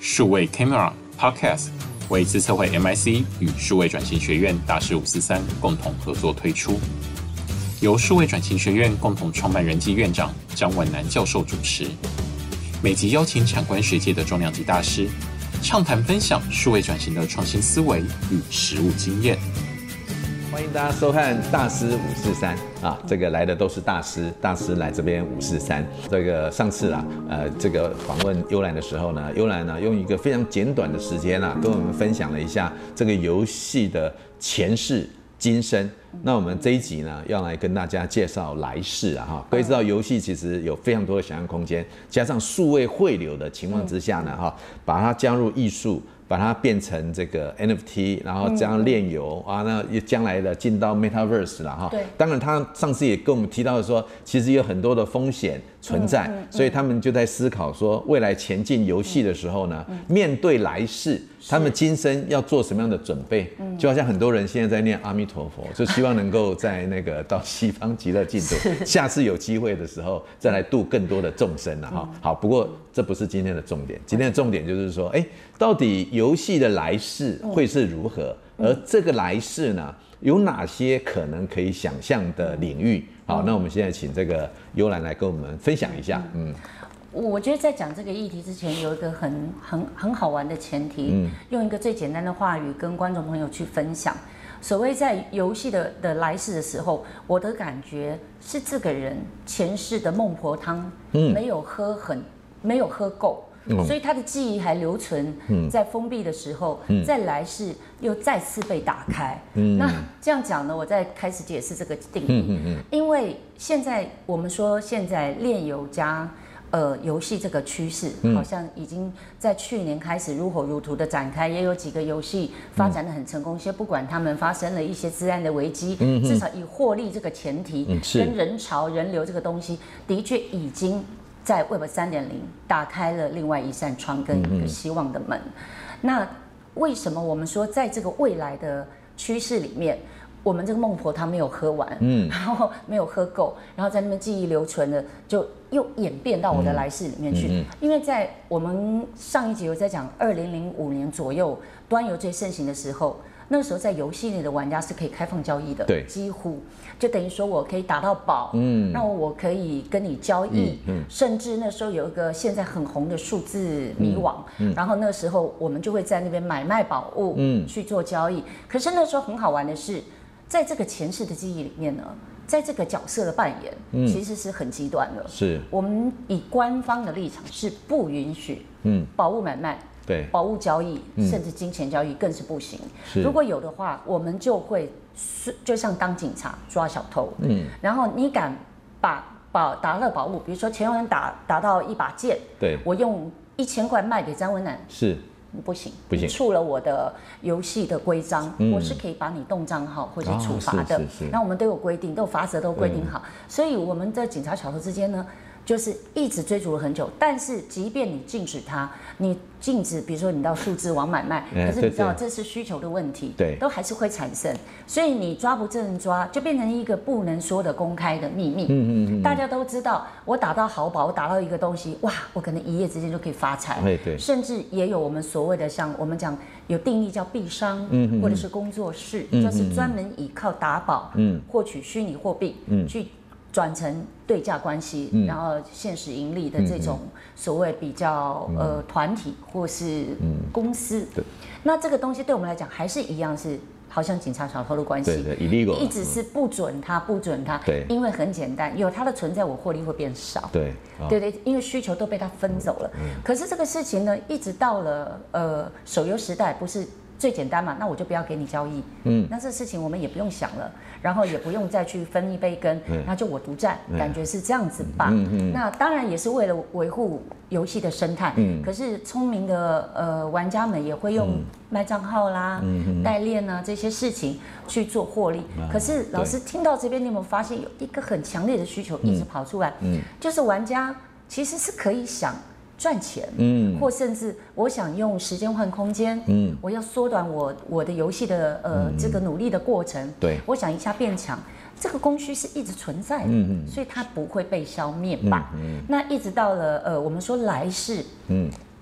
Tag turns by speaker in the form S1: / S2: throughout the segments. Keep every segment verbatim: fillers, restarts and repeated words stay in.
S1: 数位 Camera Podcast 为资策会 M I C 与数位转型学院大师五四三共同合作推出，由数位转型学院共同创办人暨院长张婉南教授主持，每集邀请产官学界的重量级大师，畅谈分享数位转型的创新思维与实务经验。
S2: 欢迎大家收看大师五四三啊，这个来的都是大师，大师来这边五四三。这个上次啊，呃，这个访问幽兰的时候呢，幽兰呢用一个非常简短的时间啊，跟我们分享了一下这个游戏的前世今生。那我们这一集呢，要来跟大家介绍来世啊哈。各位知道，游戏其实有非常多的想象空间，加上数位汇流的情况之下呢，哈，把它加入艺术。把它变成这个 N F T， 然后这样链游、嗯、啊，那将来的进到 Metaverse 了哈。对，当然他上次也跟我们提到说，其实有很多的风险存在，嗯嗯嗯、所以他们就在思考说，未来前进游戏的时候呢，嗯、面对来世，他们今生要做什么样的准备？嗯、就好像很多人现在在念阿弥陀佛，就希望能够在那个到西方极乐净土，下次有机会的时候再来度更多的众生了哈。好，不过这不是今天的重点，今天的重点就是说，哎，到底游戏的来世会是如何？嗯、而这个来世呢，有哪些可能可以想象的领域？好，那我们现在请这个幽兰来跟我们分享一下。嗯，
S3: 我觉得在讲这个议题之前，有一个很很很好玩的前提，嗯、用一个最简单的话语跟观众朋友去分享。所谓在游戏的的来世的时候，我的感觉是这个人前世的孟婆汤没有喝很、嗯、没有喝够。嗯、所以他的记忆还留存在封闭的时候，嗯、在来世又再次被打开。嗯、那这样讲呢，我再开始解释这个定义。嗯嗯、因为现在我们说，现在链游加呃游戏这个趋势，嗯、好像已经在去年开始如火如荼的展开，也有几个游戏发展的很成功。先不管他们发生了一些治安的危机，嗯、至少以获利这个前提，嗯、跟人潮人流这个东西，的确已经。在 Web 三点零 打开了另外一扇窗跟一个希望的门。嗯、那为什么我们说在这个未来的趋势里面，我们这个孟婆汤没有喝完，嗯、然后没有喝够，然后在那边记忆留存了，就又演变到我的来世里面去。嗯嗯、因为在我们上一集有在讲，二零零五年左右端游最盛行的时候。那时候在游戏内的玩家是可以开放交易的，对，几乎就等于说我可以打到宝，嗯，那我可以跟你交易，嗯，嗯甚至那时候有一个现在很红的数字迷网，嗯嗯、然后那时候我们就会在那边买卖宝物，嗯，去做交易。可是那时候很好玩的是，在这个前世的记忆里面呢，在这个角色的扮演，嗯、其实是很极端的，是我们以官方的立场是不允许，嗯，宝物买卖。对，宝物交易甚至金钱交易更是不行。嗯、如果有的话，我们就会就像当警察抓小偷。嗯，然后你敢把宝打到宝物，比如说前有人打打到一把剑，对，我用一千块卖给张文南，是不行，不行，触了我的游戏的规章，嗯、我是可以把你冻账号或者处罚的。那、哦、我们都有规定，都有法则都规定好，嗯、所以我们在警察小偷之间呢。就是一直追逐了很久，但是即便你禁止它，你禁止，比如说你到数字网买卖，可是你知道这是需求的问题，对，都还是会产生，所以你抓不正抓，就变成一个不能说的公开的秘密。嗯嗯嗯，大家都知道，我打到好宝，我打到一个东西，哇，我可能一夜之间就可以发财。对，甚至也有我们所谓的像我们讲有定义叫币商，嗯或者是工作室，嗯、就是专门依靠打宝，嗯，获取虚拟货币，嗯，去。转成对价关系，嗯、然后现实盈利的这种所谓比较、嗯、呃团体或是公司，嗯、那这个东西对我们来讲还是一样是好像警察小偷的关系，对对 illegal 一直是不准它不准它，对，因为很简单，有它的存在，我获利会变少，对，哦、对对，因为需求都被它分走了。嗯、可是这个事情呢，一直到了呃手游时代，不是。最简单嘛，那我就不要给你交易，嗯，那这事情我们也不用想了，然后也不用再去分一杯羹，嗯、那就我独占，嗯、感觉是这样子吧。嗯嗯、那当然也是为了维护游戏的生态，嗯、可是聪明的呃玩家们也会用卖账号啦、嗯、代链啊这些事情去做获利。嗯、可是老师听到这边，你有没有发现有一个很强烈的需求一直跑出来？嗯，就是玩家其实是可以想。赚钱，嗯，或甚至我想用时间换空间，嗯，我要缩短我我的游戏的呃、嗯、这个努力的过程，对，我想一下变强，这个供需是一直存在的，嗯嗯，所以它不会被消灭吧？嗯嗯，那一直到了呃我们说来世，嗯，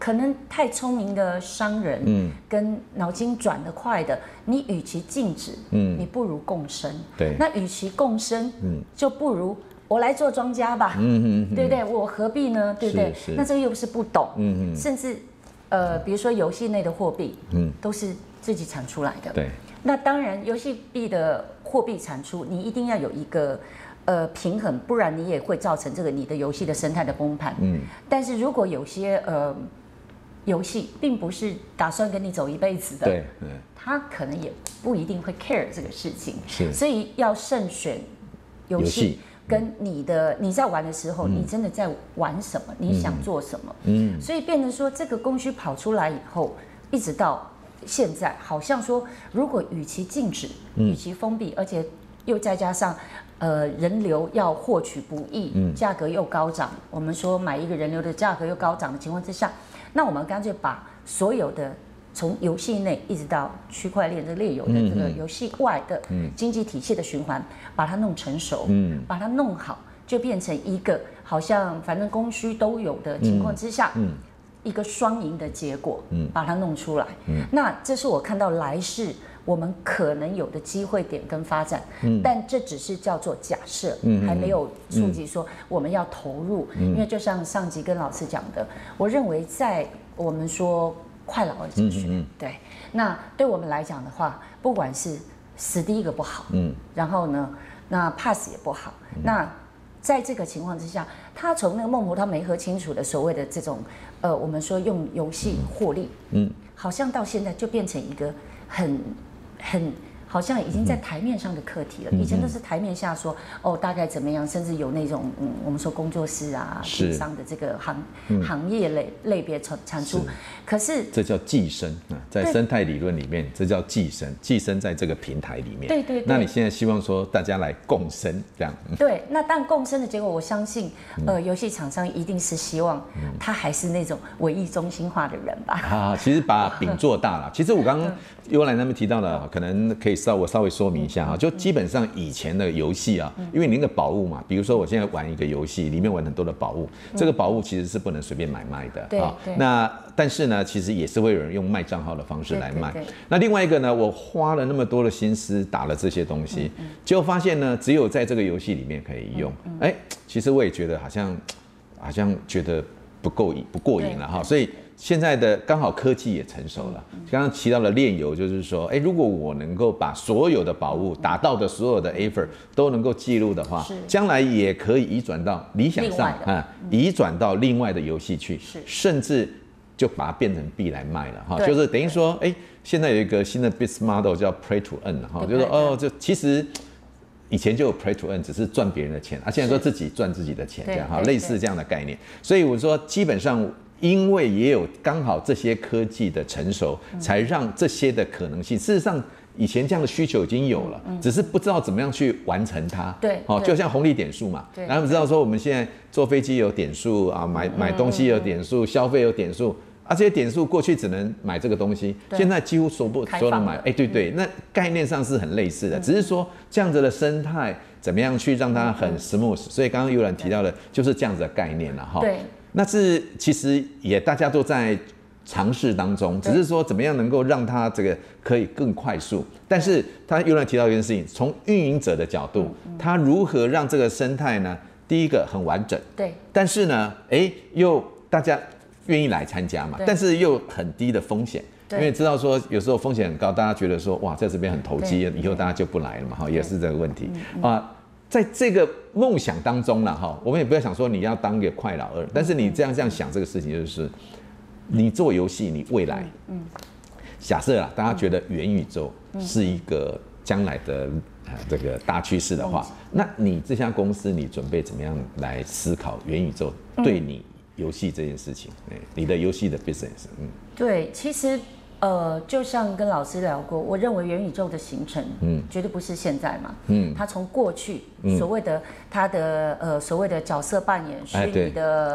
S3: 可能太聪明的商人，嗯，跟脑筋转得快的，你与其禁止，嗯，你不如共生。
S2: 对，
S3: 那与其共生，嗯，就不如我来做庄家吧，嗯嗯，对不对？我何必呢？对不对？那这个又不是不懂，嗯嗯，甚至，呃，比如说游戏内的货币，嗯，都是自己产出来的。
S2: 对，
S3: 那当然，游戏币的货币产出，你一定要有一个。呃，平衡，不然你也会造成这个你的游戏的生态的崩盘。嗯，但是如果有些呃游戏并不是打算跟你走一辈子的，
S2: 对，嗯，
S3: 他可能也不一定会 care 这个事情。
S2: 是，
S3: 所以要慎选游戏，跟你的你在玩的时候，嗯、你真的在玩什么？你想做什么？嗯，所以变成说这个供需跑出来以后，一直到现在，好像说如果与其禁止，与其封闭，而且又再加上。呃，人流要获取不易，嗯，价格又高涨。我们说买一个人流的价格又高涨的情况之下，那我们干脆把所有的从游戏内一直到区块链的列游的这个游戏外的经济体系的循环，把它弄成熟，嗯，把它弄好，就变成一个好像反正供需都有的情况之下，嗯，一个双赢的结果，嗯，把它弄出来。嗯，那这是我看到来世。我们可能有的机会点跟发展，嗯、但这只是叫做假设，嗯、还没有触及说我们要投入。嗯、因为就像上集跟老师讲的，我认为在我们说快老二哲学，嗯、对，那对我们来讲的话，不管是死第一个不好，嗯、然后呢，那 pass 也不好，嗯、那在这个情况之下，他从那个孟婆汤没喝清楚的所谓的这种，呃，我们说用游戏获利，嗯，好像到现在就变成一个很。很好像已经在台面上的课题了，嗯、以前都是台面下说哦大概怎么样，甚至有那种嗯我们说工作室啊、电商的这个行、嗯、行业类类别产产出，可是
S2: 这叫寄生啊，在生态理论里面，这叫寄生，寄生在这个平台里面。
S3: 对对对。
S2: 那你现在希望说大家来共生这样？
S3: 对，那但共生的结果，我相信呃游戏厂商一定是希望他还是那种唯一中心化的人吧。
S2: 啊，其实把饼做大了。其实我刚刚幽兰他们提到了，可能可以稍我稍微说明一下啊，就基本上以前的游戏啊，因为你那个宝物嘛，比如说我现在玩一个游戏，里面玩很多的宝物，这个宝物其实是不能随便买卖的啊。那但是呢，其实也是会有人用卖账号的方式来卖。那另外一个呢，我花了那么多的心思打了这些东西，结果发现呢，只有在这个游戏里面可以用。哎，其实我也觉得好像好像觉得不够不过瘾了哈，所以。现在的刚好科技也成熟了，刚刚提到了炼油，就是说，哎，如果我能够把所有的宝物打到的所有的 effort 都能够记录的话，将来也可以移转到理想上啊，移转到另外的游戏去，甚至就把它变成币来卖了哈，就是等于说，哎，现在有一个新的 business model 叫 play to earn 哈，就是哦，就其实。以前就有 play to earn， 只是赚别人的钱，啊，现在说自己赚自己的钱，这样哈，类似这样的概念。所以我说，基本上因为也有刚好这些科技的成熟，才让这些的可能性。事实上，以前这样的需求已经有了，只是不知道怎么样去完成它。
S3: 对，
S2: 好，就像红利点数嘛，然后我们知道说我们现在坐飞机有点数啊，买买东西有点数，消费有点数。啊，这些点数过去只能买这个东西，现在几乎所不所有人买，哎，对对，那概念上是很类似的，只是说这样子的生态怎么样去让它很 smooth， 所以刚刚有人提到的就是这样子的概念了哈。
S3: 对，
S2: 那是其实也大家都在尝试当中，只是说怎么样能够让它这个可以更快速。但是他有人提到一件事情，从运营者的角度，他如何让这个生态呢？第一个很完整，
S3: 对，
S2: 但是呢，哎，又大家。愿意来参加嘛，但是又很低的风险，因为知道说有时候风险很高，大家觉得说哇，在这边很投机，以后大家就不来了嘛，哈，也是这个问题啊。在这个梦想当中了哈，我们也不要想说你要当个快老二，但是你这样这样想这个事情，就是你做游戏，你未来，嗯，假设啊，大家觉得元宇宙是一个将来的这个大趋势的话，那你这家公司你准备怎么样来思考元宇宙对你？游戏这件事情，你的游戏的 business， 嗯，
S3: 对，其实呃，就像跟老师聊过，我认为元宇宙的形成，嗯，绝对不是现在嘛，嗯，它从过去、嗯、所谓的它的呃所谓的角色扮演、虚拟的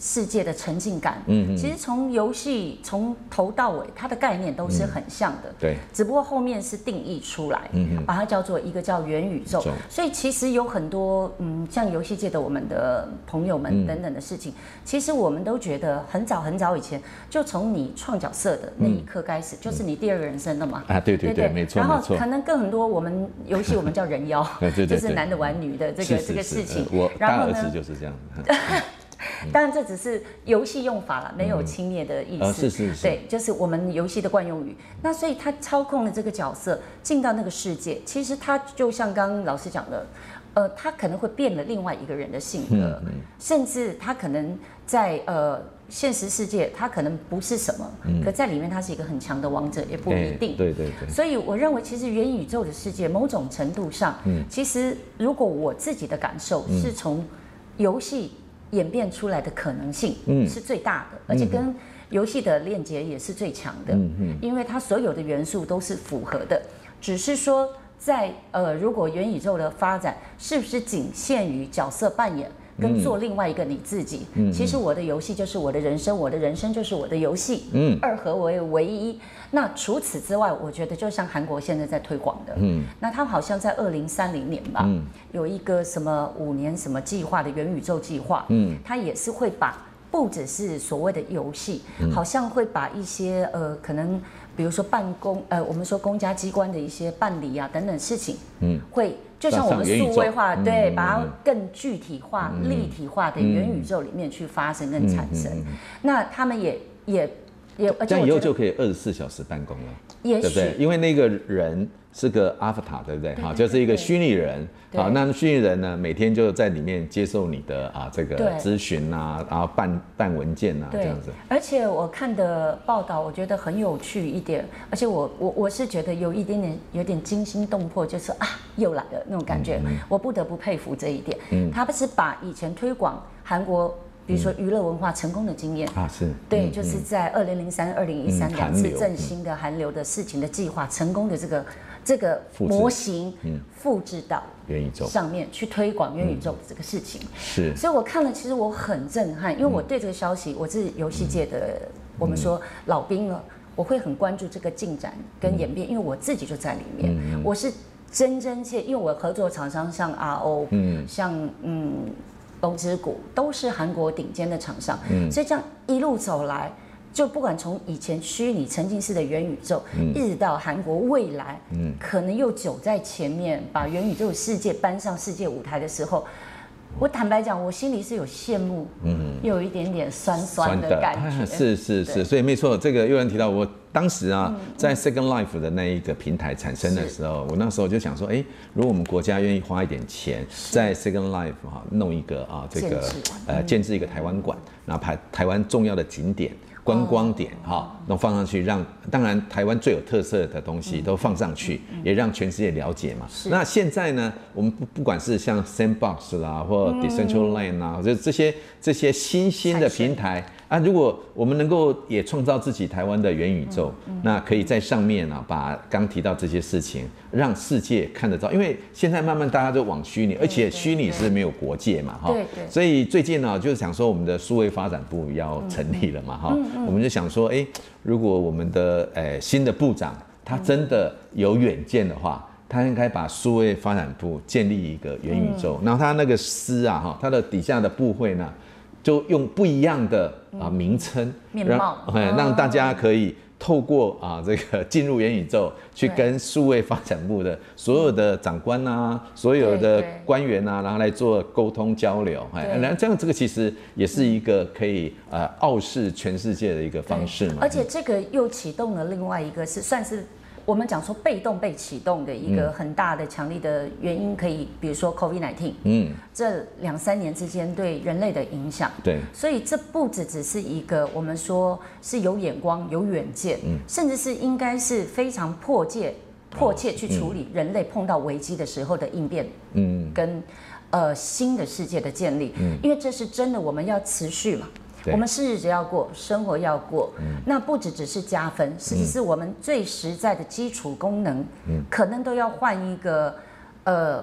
S3: 世界的沉浸感。
S2: 嗯嗯，
S3: 其实从游戏从头到尾，它的概念都是很像的。
S2: 嗯、对，
S3: 只不过后面是定义出来，嗯嗯，把它叫做一个叫元宇宙。所以其实有很多嗯，像游戏界的我们的朋友们等等的事情，嗯、其实我们都觉得很早很早以前，就从你创角色的那一刻开始，嗯、就是你第二个人生了嘛。
S2: 啊，对对 对, 对, 对，没错。
S3: 然后可能更很多我们游戏我们叫人妖，
S2: 对对对，
S3: 就是男的玩女的这个
S2: 是是是
S3: 这个事情。
S2: 我大儿子就是这样。
S3: 当然，这只是游戏用法了，没有轻蔑的意思。
S2: 嗯、是是是，
S3: 对，就是我们游戏的惯用语。那所以他操控了这个角色进到那个世界，其实他就像刚刚老师讲的，呃，他可能会变了另外一个人的性格，嗯嗯、甚至他可能在呃现实世界，他可能不是什么，嗯、可在里面他是一个很强的王者，也不一定。
S2: 对对对。
S3: 所以我认为，其实元宇宙的世界，某种程度上，嗯、其实如果我自己的感受是从游戏演变出来的可能性是最大的，嗯、而且跟游戏的链接也是最强的，嗯、因为它所有的元素都是符合的。只是说在呃，如果元宇宙的发展是不是仅限于角色扮演跟做另外一个你自己？嗯、其实我的游戏就是我的人生，我的人生就是我的游戏，嗯、二合为唯一。那除此之外，我觉得就像韩国现在在推广的，嗯、那他们好像在二零三零年吧，嗯、有一个什么五年什么计划的元宇宙计划，嗯、他也是会把不只是所谓的游戏，嗯、好像会把一些呃可能比如说办公呃我们说公家机关的一些办理啊等等事情，嗯、会就像我们数位化，对，嗯、把它更具体化、嗯、立体化的元宇宙里面去发生跟产生，嗯嗯嗯、那他们也也。
S2: 这样以后就可以二十四小时办公了，
S3: 对
S2: 不对？因为那个人是个 avatar， 对不对？哈，就是一个虚拟人。好，那虚拟人呢，每天就在里面接受你的啊这个咨询啊，然后办办文件啊，这样子。
S3: 而且我看的报道，我觉得很有趣一点，而且我我我是觉得有一点点有点惊心动魄，就是啊又来了那种感觉。嗯、我不得不佩服这一点。嗯，他不是把以前推广韩国。比如说娱乐文化成功的经验
S2: 啊，是
S3: 对，嗯、就是在二零零三、二零一三两次振兴的韩流的事情的计划，成功的这个这个模型复制到
S2: 元宇宙
S3: 上面去推广元宇宙的这个事情。
S2: 是，
S3: 所以我看了，其实我很震撼，因为我对这个消息，我是游戏界的，嗯、我们说老兵了，我会很关注这个进展跟演变，因为我自己就在里面，嗯、我是真真切，因为我合作厂商像 R O，嗯，像嗯。龙之谷都是韩国顶尖的厂商，嗯、所以这样一路走来，就不管从以前虚拟沉浸式的元宇宙，嗯、一直到韩国未来，嗯、可能又走在前面，把元宇宙世界搬上世界舞台的时候，我坦白讲，我心里是有羡慕，嗯，又有一点点酸酸的感觉。
S2: 是是是，所以没错，这个有人提到我。当时啊，在 Second Life 的那一个平台产生的时候，我那时候就想说，哎，如果我们国家愿意花一点钱，在 Second Life 哈弄一个啊这个呃建制一个台湾馆，然后排台湾重要的景点。观光点哈，都放上去，让当然台湾最有特色的东西都放上去，也让全世界了解嘛。那现在呢，我们不不管是像 Sandbox 啦，或 Decentraland 啊，就这些这些新兴的平台啊，如果我们能够也创造自己台湾的元宇宙，那可以在上面啊，把刚提到这些事情，让世界看得到。因为现在慢慢大家都往虚拟，而且虚拟是没有国界嘛，哈。所以最近呢，就是想说我们的数位发展部要成立了嘛，哈。我们就想说，哎，如果我们的诶新的部长他真的有远见的话，他应该把数位发展部建立一个元宇宙，然后他那个司啊，哈，他的底下的部会呢，就用不一样的啊名称，
S3: 面貌，
S2: 让让大家可以透过啊这个进入元宇宙，去跟数位发展部的所有的长官啊，所有的官员啊，然后来做沟通交流，哎，然后这样这个其实也是一个可以呃傲视全世界的一个方式嘛。
S3: 而且这个又启动了另外一个是算是。我们讲说被动被启动的一个很大的强力的原因，可以比如说 COVID 十九， 嗯，这两三年之间对人类的影响，
S2: 对，
S3: 所以这不只只是一个我们说是有眼光、有远见，嗯，甚至是应该是非常迫切、迫切去处理人类碰到危机的时候的应变，嗯，跟呃新的世界的建立，嗯，因为这是真的，我们要持续嘛。我们是日子要过，生活要过，嗯、那不只只是加分，实际是我们最实在的基础功能，嗯、可能都要换一个，呃，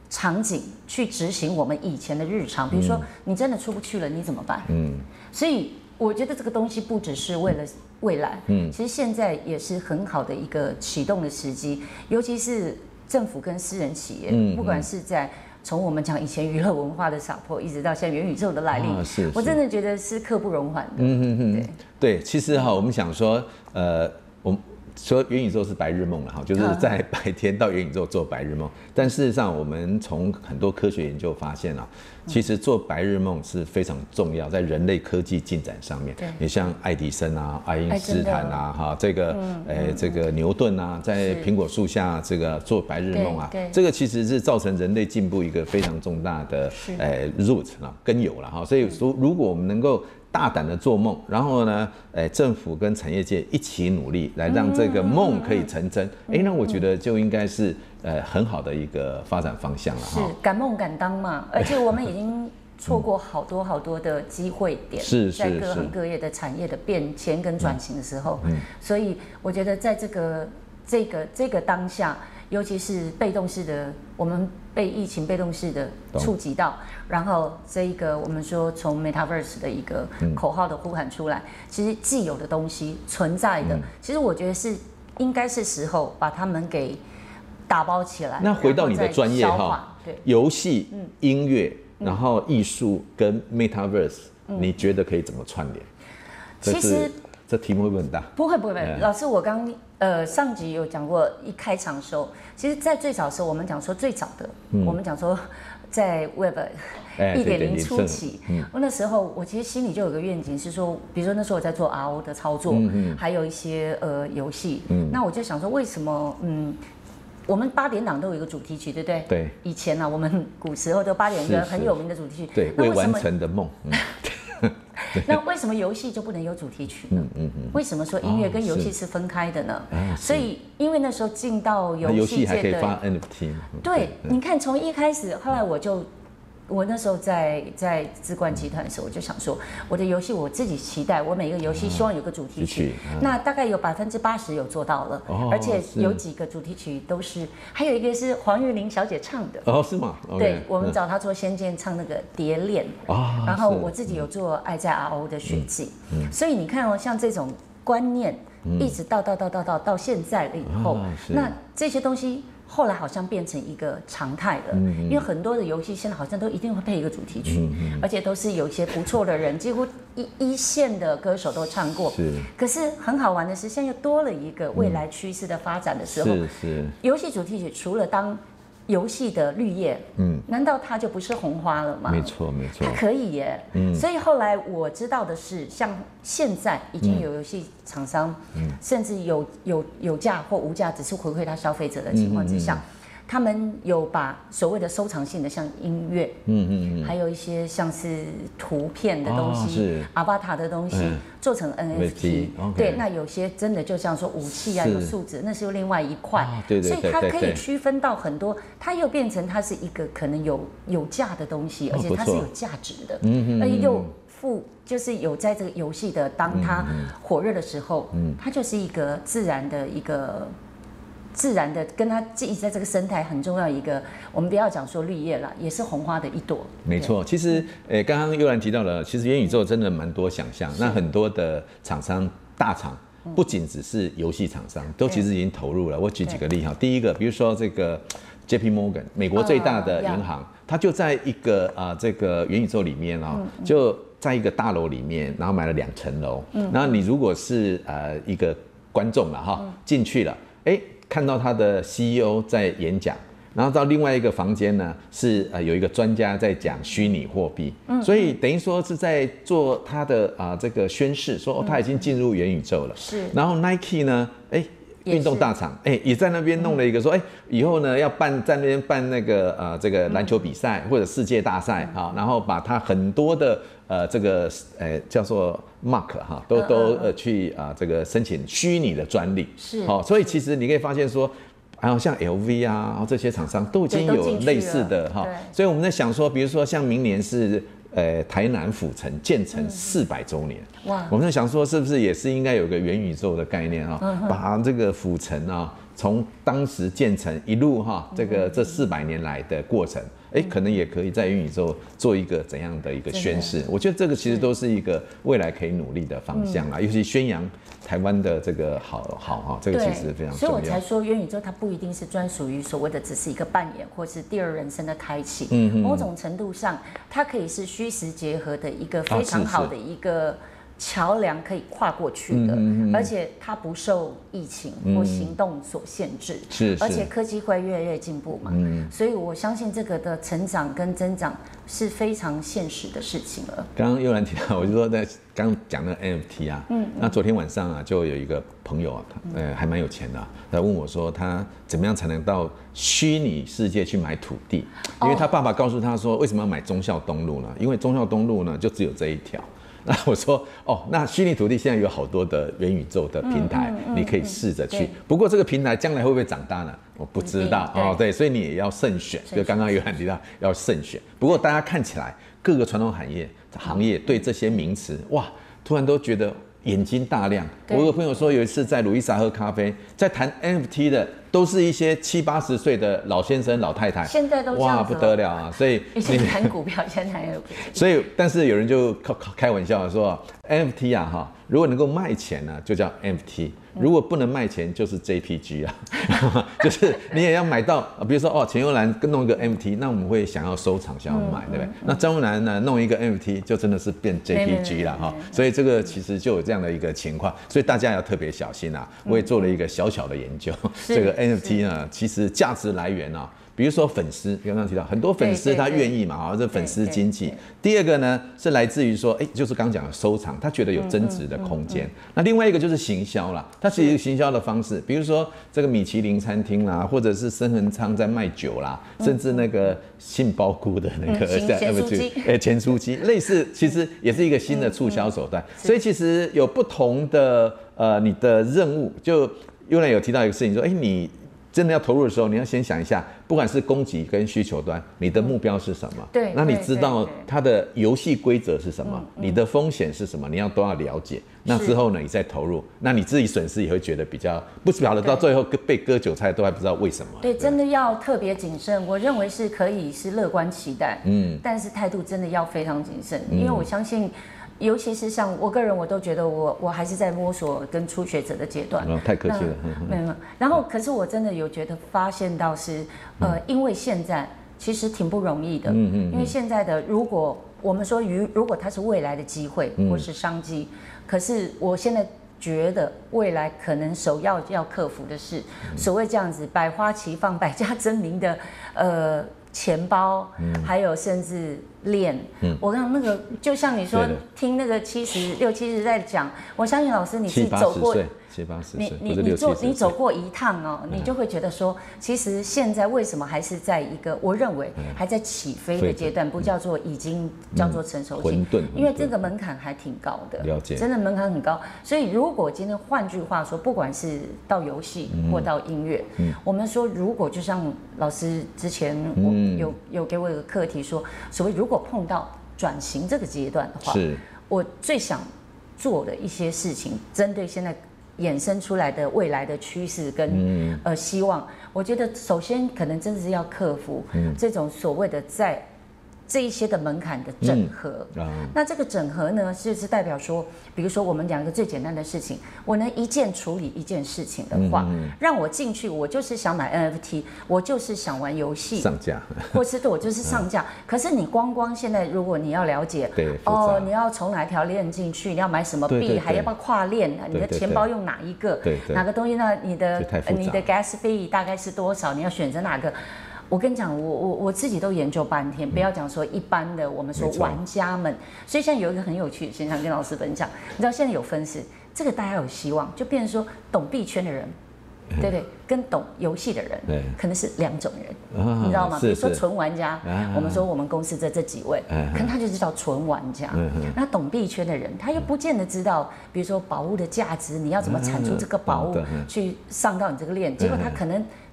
S3: 场景去执行我们以前的日常，比如说你真的出不去了，你怎么办？嗯，所以我觉得这个东西不只是为了未来，嗯，其实现在也是很好的一个启动的时机，尤其是政府跟私人企业，嗯，不管是在从我们讲以前娱乐文化的洒脱，一直到现在元宇宙的来临，啊、是是我真的觉得是刻不容缓的。嗯嗯嗯，对
S2: 对，其实哈，我们想说，呃，我们。说元宇宙是白日梦了哈，就是在白天到元宇宙做白日梦。但事实上，我们从很多科学研究发现啊，其实做白日梦是非常重要，在人类科技进展上面。你像爱迪生啊、爱因斯坦啊、哈这个呃这个牛顿啊，在苹果树下这个做白日梦啊，这个其实是造成人类进步一个非常重大的呃 root 啊根由了哈。所以说，如果我们能够大胆的做梦，然后呢，哎，政府跟产业界一起努力，来让这个梦可以成真。哎、嗯，那我觉得就应该是呃很好的一个发展方向了哈。
S3: 是敢梦敢当嘛，而且我们已经错过好多好多的机会点，
S2: 是
S3: 在各行各业的产业的变迁跟转型的时候，嗯，所以我觉得在这个这个这个当下，尤其是被动式的，我们被疫情被动式的触及到，然后这一个我们说从 Metaverse 的一个口号的呼喊出来，嗯、其实既有的东西存在的，嗯、其实我觉得是应该是时候把它们给打包起来。
S2: 那回到你的专业哈，对，游戏、嗯、音乐，然后艺术跟 Metaverse，、嗯、你觉得可以怎么串联？
S3: 其实
S2: 这题目会不会很大？
S3: 不会不会不会，嗯、老师我刚。呃，上集有讲过，一开场的时候，其实，在最早的时候，我们讲说最早的，嗯、我们讲说在 Web 一点零初期，嗯、我那时候我其实心里就有个愿景，是说，比如说那时候我在做 R O 的操作，嗯嗯、还有一些呃游戏，嗯、那我就想说，为什么嗯，我们八点档都有一个主题曲，对不对？
S2: 对。
S3: 以前呢、啊，我们古时候都八点一个很有名的主题曲，
S2: 对，未完成的梦。嗯
S3: 那为什么游戏就不能有主题曲呢？嗯嗯嗯、为什么说音乐跟游戏是分开的呢？哦、所以因为那时候进到游戏界的，
S2: 还可以发 N F T。
S3: 对，嗯、你看从一开始，后来我就。我那时候在在智冠集团的时候，我就想说，我的游戏我自己期待，我每个游戏希望有个主题曲，啊、那大概有百分之八十有做到了，哦、而且有几个主题曲都是，还有一个是黄玉玲小姐唱的，
S2: 哦，是吗？ Okay,
S3: 对，我们找她做《仙剑》唱那个《蝶恋》，哦，然后我自己有做《爱在 R O》的血迹，嗯嗯、所以你看哦，像这种观念，一直到到到到到到现在了以后，哦、那这些东西。后来好像变成一个常态了，嗯嗯、因为很多的游戏现在好像都一定会配一个主题曲，嗯嗯、而且都是有一些不错的人，几乎一一线的歌手都唱过。是。可是很好玩的是，现在又多了一个未来趋势的发展的时候，嗯、是是。游戏主题曲除了当游戏的绿叶，嗯，难道它就不是红花了吗？
S2: 没错，没错，
S3: 它可以耶。嗯，所以后来我知道的是，像现在已经有游戏厂商，嗯，甚至有有有价或无价，只是回馈他消费者的情况之下。嗯嗯嗯他们有把所谓的收藏性的，像音乐，嗯嗯嗯，还有一些像是图片的东西、阿巴塔的东西，嗯、做成 N F T。对，那有些真的就像说武器啊，有数值，那是又另外一块。哦、对对对对对。所以它可以区分到很多，它又变成它是一个可能有有价的东西，而且它是有价值的，嗯嗯，而且又附就是有在这个游戏的当它火热的时候，嗯，它就是一个自然的一个。自然的跟它一直在这个生态很重要一个，我们不要讲说绿叶啦，也是红花的一朵。
S2: 没错，其实呃，刚刚悠然提到了，其实元宇宙真的蛮多想象。那很多的厂商大厂，不仅只是游戏厂商，都其实已经投入了。我举几个例哈，第一个，比如说这个 J P Morgan， 美国最大的银行，它就在一个啊、呃、这个元宇宙里面哦，就在一个大楼里面，然后买了两层楼。嗯，然后你如果是呃一个观众了哈，进去了，哎。看到他的 C E O 在演讲，然后到另外一个房间呢，是呃有一个专家在讲虚拟货币，嗯，所以等于说是在做他的啊、呃、这个宣示，说、哦、他已经进入元宇宙了。是，然后 Nike 呢，哎。运动大厂，哎、欸，也在那边弄了一个说，哎、欸，以后呢要办在那边办那个呃这个篮球比赛或者世界大赛啊，然后把它很多的呃这个呃叫做 mark 哈，都都呃去啊这个申请虚拟的专利，是，好，所以其实你可以发现说。还有像 L V 啊，这些厂商都已经有类似的哈，所以我们在想说，比如说像明年是呃，台南府城建成四百周年，
S3: 哇！
S2: 我们在想说，是不是也是应该有个元宇宙的概念啊、哦，把这个府城啊，从当时建成一路哈、哦，这个这四百年来的过程，哎，可能也可以在元宇宙做一个怎样的一个宣示？我觉得这个其实都是一个未来可以努力的方向啦，尤其宣扬台湾的这个好好哈，这个其实非常重要。
S3: 所以我才说元宇宙它不一定是专属于所谓的只是一个扮演，或是第二人生的开启。嗯某种程度上，它可以是虚实结合的一个非常好的一个桥梁，可以跨过去的，嗯、而且它不受疫情或行动所限制。
S2: 是、嗯，
S3: 而且科技会越来越进步嘛。嗯，所以我相信这个的成长跟增长是非常现实的事情了。
S2: 刚刚悠然提到，我就说在刚讲那个 N F T 啊，嗯，那昨天晚上啊，就有一个朋友啊，呃，还蛮有钱的、啊，他问我说，他怎么样才能到虚拟世界去买土地？因为他爸爸告诉他说，为什么要买忠孝东路呢？因为忠孝东路呢，就只有这一条。那我说哦，那虚拟土地现在有好多的元宇宙的平台，嗯嗯嗯、你可以试着去。不过这个平台将来会不会长大呢？我不知道哦。对，所以你也要慎选。就刚刚有人提到要慎选。不过大家看起来各个传统行业行业对这些名词哇，突然都觉得眼睛大亮。我有个朋友说，有一次在鲁伊莎喝咖啡，在谈 N F T 的。都是一些七八十岁的老先生、老太太，
S3: 现在都这样子
S2: 哇不得了啊！所以
S3: 以前谈股票，现在有。
S2: 所以，但是有人就开开玩笑说 ，N F T 啊哈，如果能够卖钱呢、啊，就叫 N F T； 如果不能卖钱，就是 J P G 啊，就是你也要买到，比如说哦，钱幽兰弄一个 N F T， 那我们会想要收藏、想要买，嗯、对不对？嗯、那张文兰呢弄一个 N F T， 就真的是变 J P G 了哈。所以这个其实就有这样的一个情况，所以大家要特别小心啊。我也做了一个小小的研究，嗯、这个。N F T 呢，其实价值来源啊，比如说粉丝，刚刚提到很多粉丝他愿意嘛，啊，这粉丝经济。第二个呢是来自于说，哎，就是刚讲的收藏，他觉得有增值的空间。嗯嗯嗯、那另外一个就是行销啦，它其实行销的方式，比如说这个米其林餐厅啦，或者是深恒昌在卖酒啦，嗯、甚至那个杏鲍菇的那个
S3: 咸酥鸡，
S2: 哎，咸酥鸡，类似，其实也是一个新的促销手段。嗯嗯、所以其实有不同的呃你的任务就。悠然有提到一个事情，说，哎，你真的要投入的时候，你要先想一下，不管是供给跟需求端，你的目标是什么？
S3: 对，
S2: 那你知道它的游戏规则是什么？你的风险是什么？你要都要了解。那之后呢，你再投入，那你自己损失也会觉得比较不晓得到最后被割韭菜都还不知道为什么。
S3: 对，真的要特别谨慎。我认为是可以是乐观期待，嗯，但是态度真的要非常谨慎，因为我相信。尤其是像我个人，我都觉得我我还是在摸索跟初学者的阶段。
S2: 哦，太客气了。
S3: 没有没有。然后，可是我真的有觉得发现到是，呃，嗯、因为现在其实挺不容易的。嗯 嗯, 嗯。因为现在的，如果我们说如如果它是未来的机会或是商机，嗯、可是我现在觉得未来可能首要要克服的是，嗯、所谓这样子百花齐放、百家争鸣的，呃。钱包，嗯、还有甚至链，嗯、我跟那个，就像你说，听那个七十六七十在讲，我相信老师你是走过，
S2: 七八十岁，
S3: 你你你做你走过一趟哦，你就会觉得说，其实现在为什么还是在一个我认为还在起飞的阶段，不叫做已经叫做成熟期，因为这个门槛还挺高的，
S2: 了解，
S3: 真的门槛很高。所以如果今天换句话说，不管是到游戏或到音乐，嗯、我们说如果就像老师之前我有有给我一个课题说，所谓如果碰到转型这个阶段的话，
S2: 是
S3: 我最想做的一些事情，针对现在衍生出来的未来的趋势跟、嗯、呃希望，我觉得首先可能真的是要克服这种所谓的在这一些的门槛的整合。嗯啊、那这个整合呢，就是代表说，比如说我们讲一个最简单的事情，我能一键处理一件事情的话，嗯、让我进去，我就是想买 N F T， 我就是想玩游戏
S2: 上架，
S3: 或是对我就是上架。嗯、可是你光光现在，如果你要了解，哦，你要从哪一条链进去，你要买什么币，对对对还要不要跨链？你的钱包用哪一个？
S2: 对对对
S3: 哪个东西呢？你的你的 gas fee 大概是多少？你要选择哪个？我跟你讲，我我我自己都研究半天，不要讲说一般的我们说玩家们，所以现在有一个很有趣的现象跟老师分享，你知道现在有分是这个大家有希望，就变成说懂币圈的人，对不对？跟懂游戏的人可能是两种人，
S2: 啊、
S3: 你知道吗？
S2: 比
S3: 如说纯玩家，啊、我们说我们公司的这几位，啊、可能他就是叫纯玩家。啊、那懂币圈的人，他又不见得知道，比如说宝物的价值，你要怎么产出这个宝物去上到你这个链，结果他可能。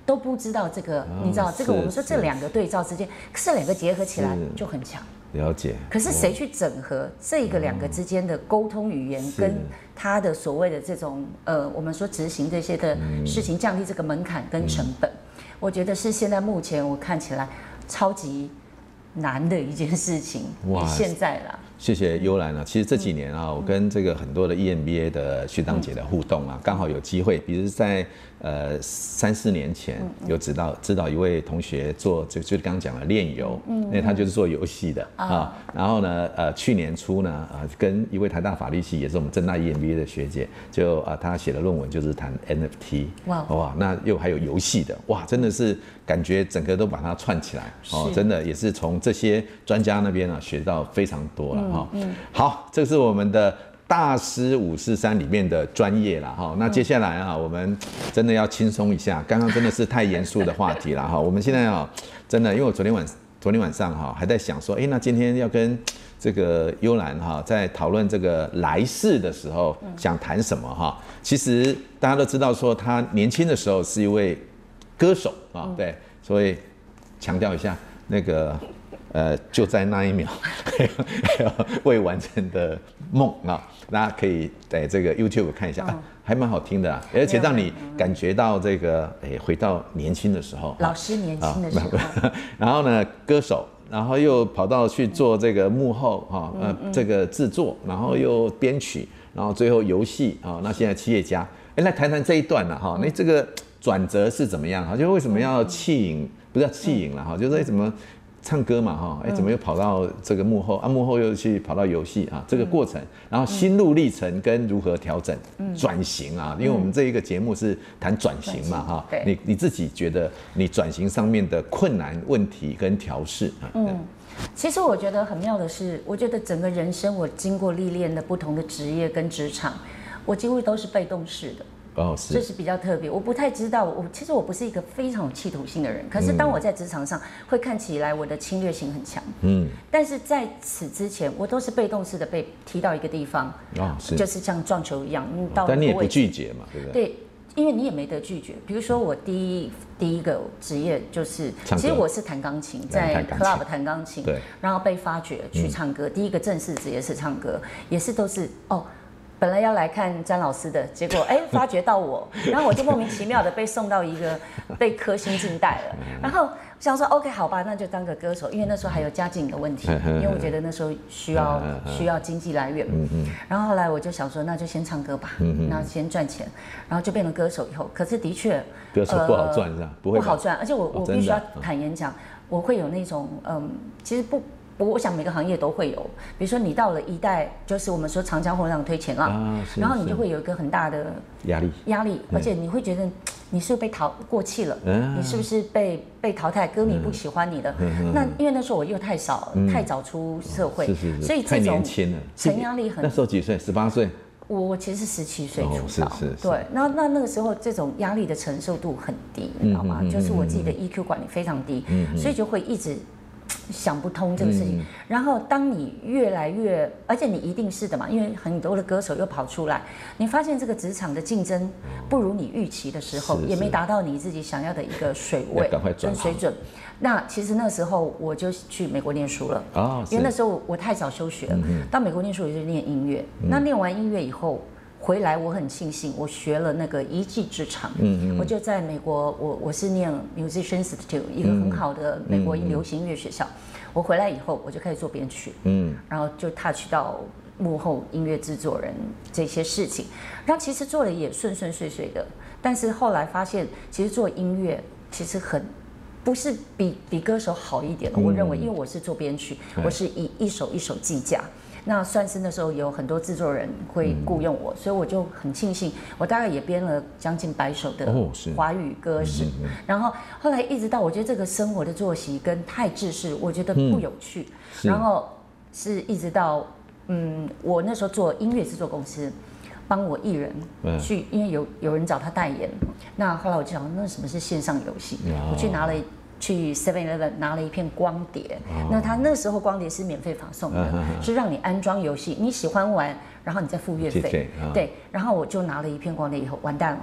S3: 都不知道这个，哦、你知道这个我们说这两个对照之间，可是两个结合起来就很强。
S2: 了解。
S3: 可是谁去整合这个两个之间的沟通语言，跟他的所谓的这种呃，我们说执行这些的事情，降低这个门槛跟成本，嗯、我觉得是现在目前我看起来超级难的一件事情。哇，现在啦。
S2: 谢谢幽兰啊，其实这几年啊，我跟这个很多的 E M B A 的学长姐的互动啊，刚好有机会，比如在呃三四年前有指导指导一位同学做，就就刚刚讲的炼油，因为他就是做游戏的啊。然后呢，呃去年初呢，啊跟一位台大法律系也是我们政大 E M B A 的学姐，就啊他写的论文就是谈 N F T， 哇哇，那又还有游戏的，哇，真的是感觉整个都把它串起来哦，真的也是从这些专家那边啊学到非常多了。嗯嗯、好，这是我们的大师五四三里面的专业啦哈。那接下来啊，我们真的要轻松一下，刚刚真的是太严肃的话题了哈。我们现在啊，真的，因为我昨天晚昨天晚上哈还在想说，哎、欸，那今天要跟这个幽兰哈在讨论这个来世的时候，想谈什么哈？其实大家都知道说，他年轻的时候是一位歌手啊，对，所以强调一下那个。呃，就在那一秒未完成的梦啊，大家可以在这个 YouTube 看一下，啊、还蛮好听的啊，而且让你感觉到这个，哎，回到年轻的时候，
S3: 老师年轻的时候，
S2: 啊、然后呢，歌手，然后又跑到去做这个幕后哈，呃，这个制作，然后又编曲，然后最后游戏啊，那现在企业家，哎，来谈谈这一段了哈，那这个转折是怎么样哈？就为什么要弃影，不是弃影了哈，就是怎么。唱歌嘛哈，哎，怎么又跑到这个幕后啊？幕后又去跑到游戏啊？这个过程，然后心路历程跟如何调整、转型啊？因为我们这一个节目是谈转型嘛哈。你你自己觉得你转型上面的困难问题跟调试啊？嗯，
S3: 其实我觉得很妙的是，我觉得整个人生我经过历练的不同的职业跟职场，我几乎都是被动式的。
S2: 哦，是，
S3: 这是比较特别。我不太知道，我其实我不是一个非常有企图心的人，可是当我在职场上，会看起来我的侵略性很强。嗯，但是在此之前，我都是被动式的被踢到一个地方，哦，是，就是像撞球一样，你到了，
S2: 但你也不拒绝嘛，对不对？
S3: 对，因为你也没得拒绝。比如说我第一第一个职业就是，其实我是弹钢琴，在 club 弹钢琴，对，然后被发掘去唱歌。第一个正式职业是唱歌，也是都是哦。本来要来看詹老师的，结果哎发觉到我，然后我就莫名其妙的被送到一个被科新进带了，然后想说 OK 好吧，那就当个歌手，因为那时候还有家境的问题，因为我觉得那时候需要需要经济来源，然后后来我就想说那就先唱歌吧，然后先赚钱，然后就变成歌手以后，可是的确
S2: 歌手不好赚是吧？不会
S3: 不好赚，而且我我必须要坦言讲，我会有那种嗯，其实不。我我想每个行业都会有，比如说你到了一代，就是我们说长江后浪推前浪，啊、然后你就会有一个很大的
S2: 压力，
S3: 压力，而且你会觉得你是不是被淘过气了，嗯、你是不是被被淘汰，歌迷不喜欢你了？嗯、那因为那时候我又太少，嗯、太早出社会，
S2: 是是是
S3: 所以这种承压力很。
S2: 那时候几岁？十八岁。
S3: 我其实是十七岁出道，
S2: 哦、是是是
S3: 对，那那那个时候这种压力的承受度很低，你知道吗？嗯、就是我自己的 E Q 管理非常低，嗯、所以就会一直。想不通这个事情，嗯、然后当你越来越，而且你一定是的嘛，因为很多的歌手又跑出来，你发现这个职场的竞争不如你预期的时候，也没达到你自己想要的一个水位跟水准。那其实那时候我就去美国念书了，哦、因为那时候我太早休学了，嗯、到美国念书我就念音乐，嗯、那念完音乐以后。回来我很庆幸，我学了那个一技之长。嗯嗯，我就在美国，我我是念 Musician Institute 一个很好的美国流行音乐学校。嗯、我回来以后，我就开始做编曲，嗯，然后就 touch 到幕后音乐制作人这些事情，然后其实做的也顺顺遂遂的。但是后来发现，其实做音乐其实很不是比比歌手好一点的。嗯、我认为，因为我是做编曲，嗯、我是以一首一首计价。那算是那时候有很多制作人会雇佣我，嗯、所以我就很庆幸，我大概也编了将近百首的华语歌史。哦嗯、然后后来一直到我觉得这个生活的作息跟太制式，我觉得不有趣。嗯、然后是一直到嗯，我那时候做音乐制作公司，帮我艺人去，嗯、因为有有人找他代言。那后来我就想，那什么是线上游戏？哦、我去拿了。去 seven eleven 拿了一片光碟，哦、那他那时候光碟是免费发送的，啊、是让你安装游戏，你喜欢玩，然后你再付月费。哦、对，然后我就拿了一片光碟以后，完蛋了，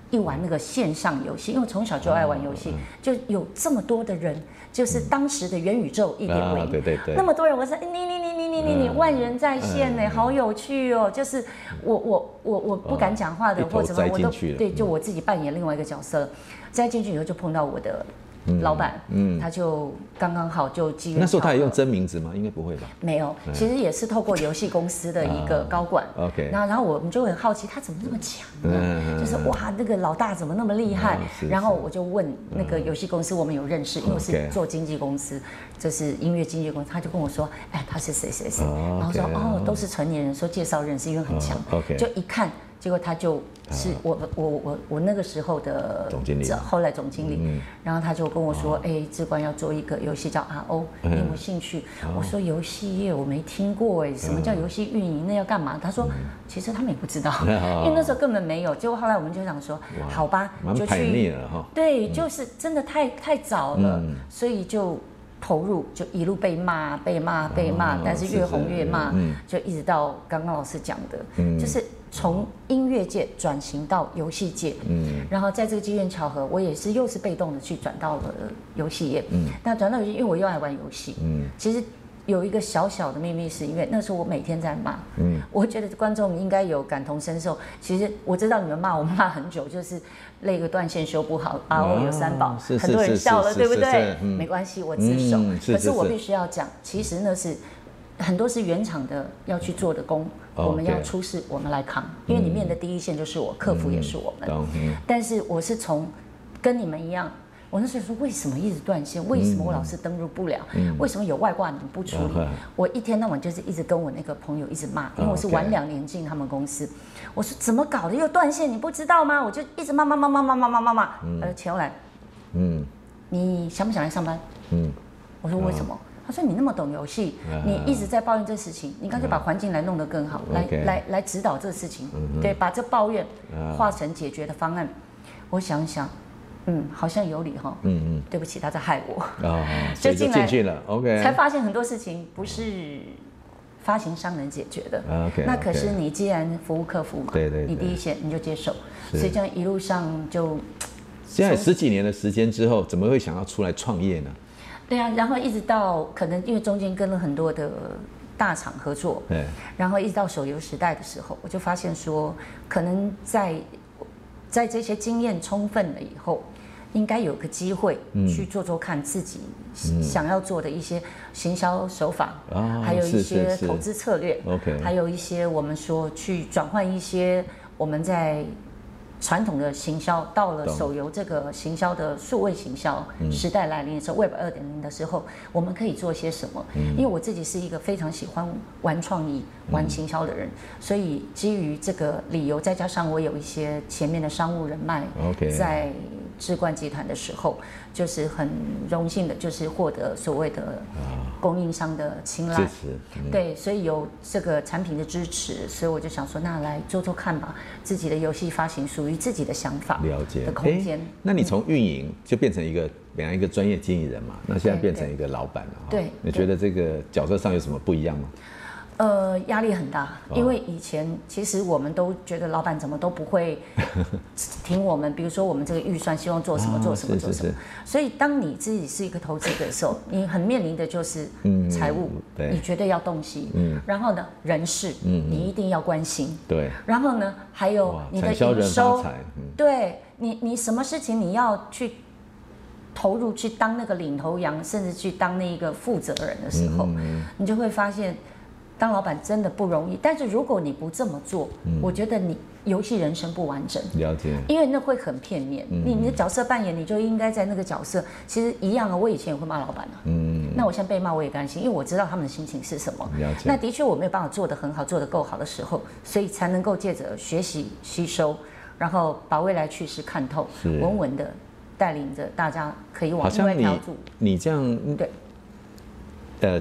S3: 一玩那个线上游戏，因为我从小就爱玩游戏，就有这么多的人，就是当时的元宇宙一点零，
S2: 对对对，
S3: 那么多人，我说你你你你你你你万人在线呢，好有趣哦！就是我我我我不敢讲话的，或者什么我都对，就我自己扮演另外一个角色，栽进去以后就碰到我的老板，嗯，他就刚刚好就机缘。
S2: 那时候他也用真名字吗？应该不会吧？
S3: 没有，其实也是透过游戏公司的一个高管。
S2: OK，
S3: 然后然后我们就很好奇，他怎么那么强呢？就是哇，那个老大怎么那么厉害？然后我就问那个游戏公司，我们有认识，因为我是做经纪公司，就是音乐经纪公司，他就跟我说，哎，他是谁谁谁，然后说哦，都是成年人，说介绍认识，因为很强。
S2: OK，
S3: 就一看。结果他就是我我我我那个时候的
S2: 总经理，
S3: 后来总经理，嗯、然后他就跟我说，哎，志冠要做一个游戏叫 R O， 你有没有兴趣？嗯、我说游戏业我没听过哎，什么叫游戏运营？那要干嘛？他说，嗯、其实他们也不知道，因为那时候根本没有。结果后来我们就想说，好吧，就去，对，就是真的太太早了，嗯、所以就。投入就一路被骂被骂被骂，哦、但是越红越骂，嗯、就一直到刚刚老师讲的，嗯、就是从音乐界转型到游戏界，嗯、然后在这个机缘巧合，我也是又是被动的去转到了游戏业。嗯、那转到游戏，因为我又爱玩游戏，嗯、其实有一个小小的秘密，是因为那时候我每天在骂，嗯、我觉得观众应该有感同身受。其实我知道你们骂我骂很久，就是。那个断线修不好 ，R O 有三宝，
S2: 是是
S3: 很多人笑了，
S2: 是是
S3: 对不对？
S2: 是是嗯、
S3: 没关系，我自首。
S2: 嗯、是是
S3: 可是我必须要讲，其实那是很多是原厂的要去做的工，哦、我们要出事，我们来扛，因为里面的第一线就是我，客服也是我们。嗯、但是我是从跟你们一样。我那时候说，为什么一直断线？为什么我老是登录不了？嗯、为什么有外挂你们不处理？嗯、我一天到晚就是一直跟我那个朋友一直骂，因为我是晚两年进他们公司。我说怎么搞的又断线？你不知道吗？我就一直骂骂骂骂骂骂骂骂骂。呃，钱又来，嗯，你想不想来上班？嗯，我说为什么？他说你那么懂游戏，你一直在抱怨这事情，你干脆把环境来弄得更好，来来来指导这事情，对，把这抱怨化成解决的方案。我想想。嗯，好像有理哈。嗯嗯，对不起，他在害我。哦，
S2: 就进进去了 ，OK。
S3: 才发现很多事情不是发行商能解决的。OK。那可是你既然服务客户嘛，
S2: 对对，
S3: 你第一线你就接受，所以这样一路上就。
S2: 现在十几年的时间之后，怎么会想要出来创业呢？
S3: 对啊，然后一直到可能因为中间跟了很多的大厂合作，对，然后一直到手游时代的时候，我就发现说，可能在。在这些经验充分了以后，应该有个机会去做做看自己想要做的一些行销手法，嗯、还有一些投资策略，是是是 还有一些我们说去转换一些我们在传统的行销到了手游这个行销的数位行销时代来临的时候 ，Web 二点零的时候，我们可以做些什么？因为我自己是一个非常喜欢玩创意、玩行销的人，所以基于这个理由，再加上我有一些前面的商务人脉，在志冠集团的时候，就是很荣幸的，就是获得所谓的供应商的青睐，嗯、对，所以有这个产品的支持，所以我就想说，那来做做看吧，自己的游戏发行属于自己的想法，了解的空间。
S2: 那你从运营就变成一个本来一个专业经理人嘛，那现在变成一个老板了，
S3: 对，对
S2: 你觉得这个角色上有什么不一样吗？
S3: 呃，压力很大，因为以前其实我们都觉得老板怎么都不会听我们，比如说我们这个预算希望做什么做什么做什么，所以当你自己是一个投资者的时候，你很面临的就是财务，你绝对要洞悉，然后呢人事，你一定要关心，对，然后呢还有你的营收，对你你什么事情你要去投入去当那个领头羊，甚至去当那个负责人的时候，你就会发现。当老板真的不容易，但是如果你不这么做，嗯、我觉得你游戏人生不完整。
S2: 了解，
S3: 因为那会很片面。嗯、你你的角色扮演，你就应该在那个角色。其实一样啊，我以前也会骂老板啊。嗯，那我现在被骂我也甘心，因为我知道他们的心情是什么。了解。那的确我没有办法做得很好，做得够好的时候，所以才能够借着学习吸收，然后把未来趋势看透，稳稳的带领着大家可以往另外一条路。
S2: 你这样对，呃。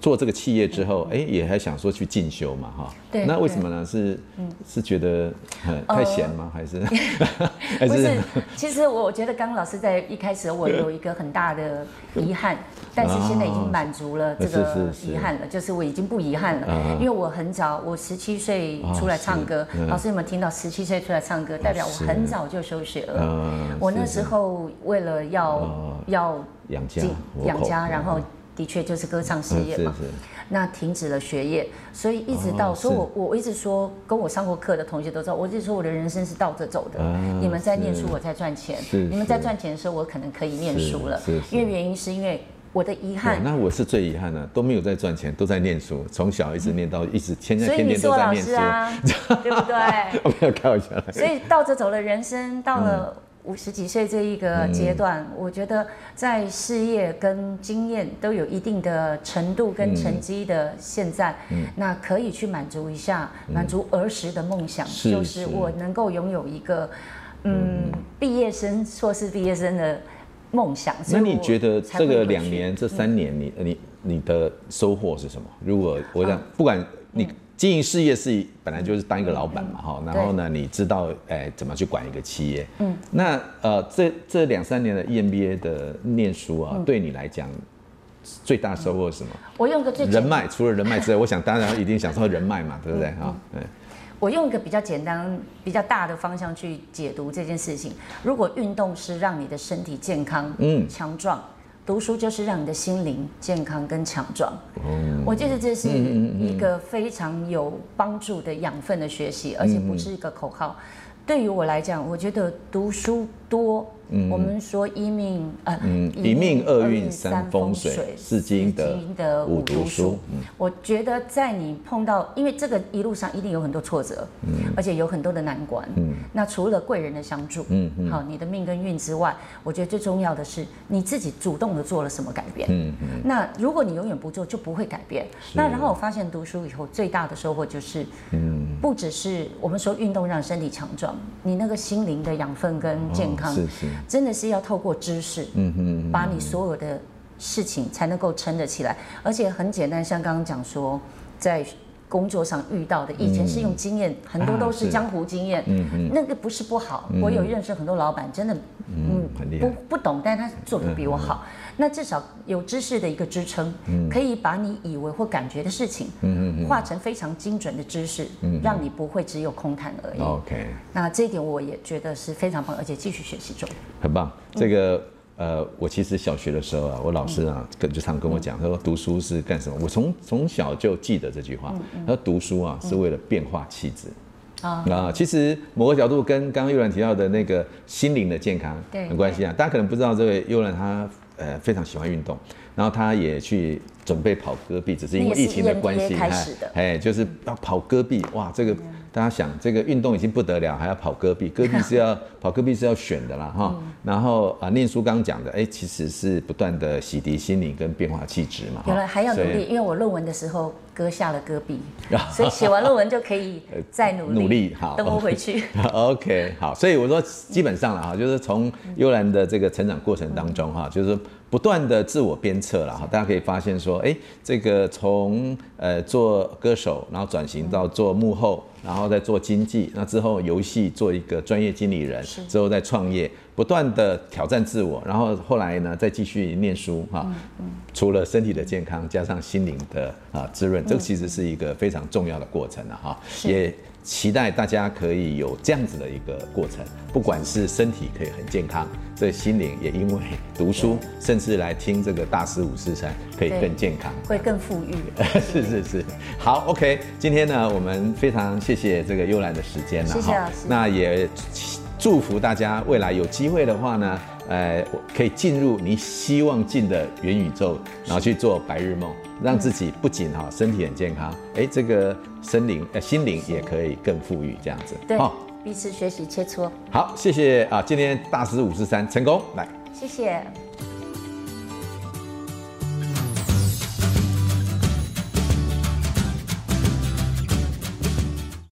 S2: 做这个企业之后，哎，也还想说去进修嘛，哈。
S3: 对。
S2: 那为什么呢？是是觉得太闲吗？还是还
S3: 不是？其实我觉得刚刚老师在一开始我有一个很大的遗憾，但是现在已经满足了这个遗憾了，就是我已经不遗憾了，因为我很早，我十七岁出来唱歌。老师有没有听到？十七岁出来唱歌，代表我很早就休学了。我那时候为了要要
S2: 养家
S3: 养家，然后。的确就是歌唱事业嘛，是是那停止了学业，所以一直到，哦、所以我我一直说，跟我上过课的同学都知道，我一直说我的人生是倒着走的。啊、你们在念书，我在赚钱；你们在赚钱的时候，我可能可以念书了。因为原因是因为我的遗憾。那
S2: 我是最遗憾的，都没有在赚钱，都在念书，从小一直念到一直，现在天天都在念书，
S3: 啊、对不对？
S2: 我没有开玩笑。
S3: 所以倒着走的人生到了。嗯五十几岁这一个阶段，嗯、我觉得在事业跟经验都有一定的程度跟成绩的现在，嗯、那可以去满足一下，满足儿时的梦想，嗯、就是我能够拥有一个，嗯，毕业生、硕士毕业生的梦想。
S2: 那你觉得这个两年、这三年你，你你你的收获是什么？如果我想，不管你。经营事业是本来就是当一个老板嘛，哈、嗯，然后呢，你知道，哎，怎么去管一个企业？嗯，那呃，这这两三年的 E M B A 的念书啊，嗯、对你来讲最大收获是什么？
S3: 我用个最
S2: 人脉，除了人脉之外，我想当然一定想说人脉嘛，对不对啊？对、嗯。
S3: 我用一个比较简单、比较大的方向去解读这件事情。如果运动是让你的身体健康、嗯，强壮。读书就是让你的心灵健康跟强壮，嗯、我觉得这是一个非常有帮助的养分的学习，而且不是一个口号。对于我来讲，我觉得读书多，嗯、我们说一命呃、嗯、
S2: 一命二运三风水，四经得五读书。嗯、
S3: 我觉得在你碰到，因为这个一路上一定有很多挫折，嗯、而且有很多的难关。嗯、那除了贵人的相助，嗯嗯、好你的命跟运之外，我觉得最重要的是你自己主动的做了什么改变。嗯嗯、那如果你永远不做，就不会改变。那然后我发现读书以后最大的收获就是，嗯、不只是我们说运动让身体强壮。你那个心灵的养分跟健康，哦、是是真的是要透过知识，嗯哼，把你所有的事情才能够撑得起来，而且很简单，像刚刚讲说，在工作上遇到的，以前是用经验，嗯、很多都是江湖经验，嗯嗯，那个不是不好，嗯、我有认识很多老板，真的，嗯，嗯不不懂，但是他做得比我好。嗯嗯那至少有知识的一个支撑，嗯、可以把你以为或感觉的事情，嗯嗯、化成非常精准的知识，嗯、让你不会只有空谈而已。
S2: OK，
S3: 那这一点我也觉得是非常棒，而且继续学习中。
S2: 很棒，这个。呃，我其实小学的时候啊，我老师啊跟就常跟我讲，他说读书是干什么？我从从小就记得这句话，他说读书啊是为了变化气质。啊、嗯，其实某个角度跟刚刚悠然提到的那个心灵的健康有关系啊。大家可能不知道，这位悠然他呃非常喜欢运动，然后他也去准备跑戈壁，只是因为疫情的关系，哎，就是要跑戈壁，哇，这个。大家想，这个运动已经不得了，还要跑戈壁，戈壁是要跑戈壁是要选的啦，哈。嗯、然后啊，念书刚刚讲的，哎，其实是不断的洗涤心灵跟变化气质嘛。
S3: 有了还要努力，因为我论文的时候割下了戈壁，所以写完论文就可以再努力。
S2: 努力好，
S3: 等我回去。
S2: OK， 好，所以我说基本上了哈，就是从悠然的这个成长过程当中哈，就是说。不断的自我鞭策啦，大家可以发现说，哎，这个从呃做歌手，然后转型到做幕后，然后再做经纪，那之后游戏做一个专业经理人，之后再创业，不断的挑战自我，然后后来呢再继续念书哈。嗯嗯、除了身体的健康，加上心灵的啊滋润，这个其实是一个非常重要的过程啊哈。也期待大家可以有这样子的一个过程，不管是身体可以很健康，这心灵也因为读书，甚至来听这个大师五四三，可以更健康，
S3: 会更富裕。
S2: 是是是，好 ，OK， 今天呢，我们非常谢谢这个悠然的时间了，
S3: 谢谢老师。
S2: 那也祝福大家未来有机会的话呢，呃，可以进入你希望进的元宇宙，然后去做白日梦。让自己不仅哈身体很健康，哎，这个身灵呃心灵也可以更富裕，这样子。
S3: 对，哦、彼此学习切磋。
S2: 好，谢谢啊！今天大师五四三成功来，
S3: 谢谢。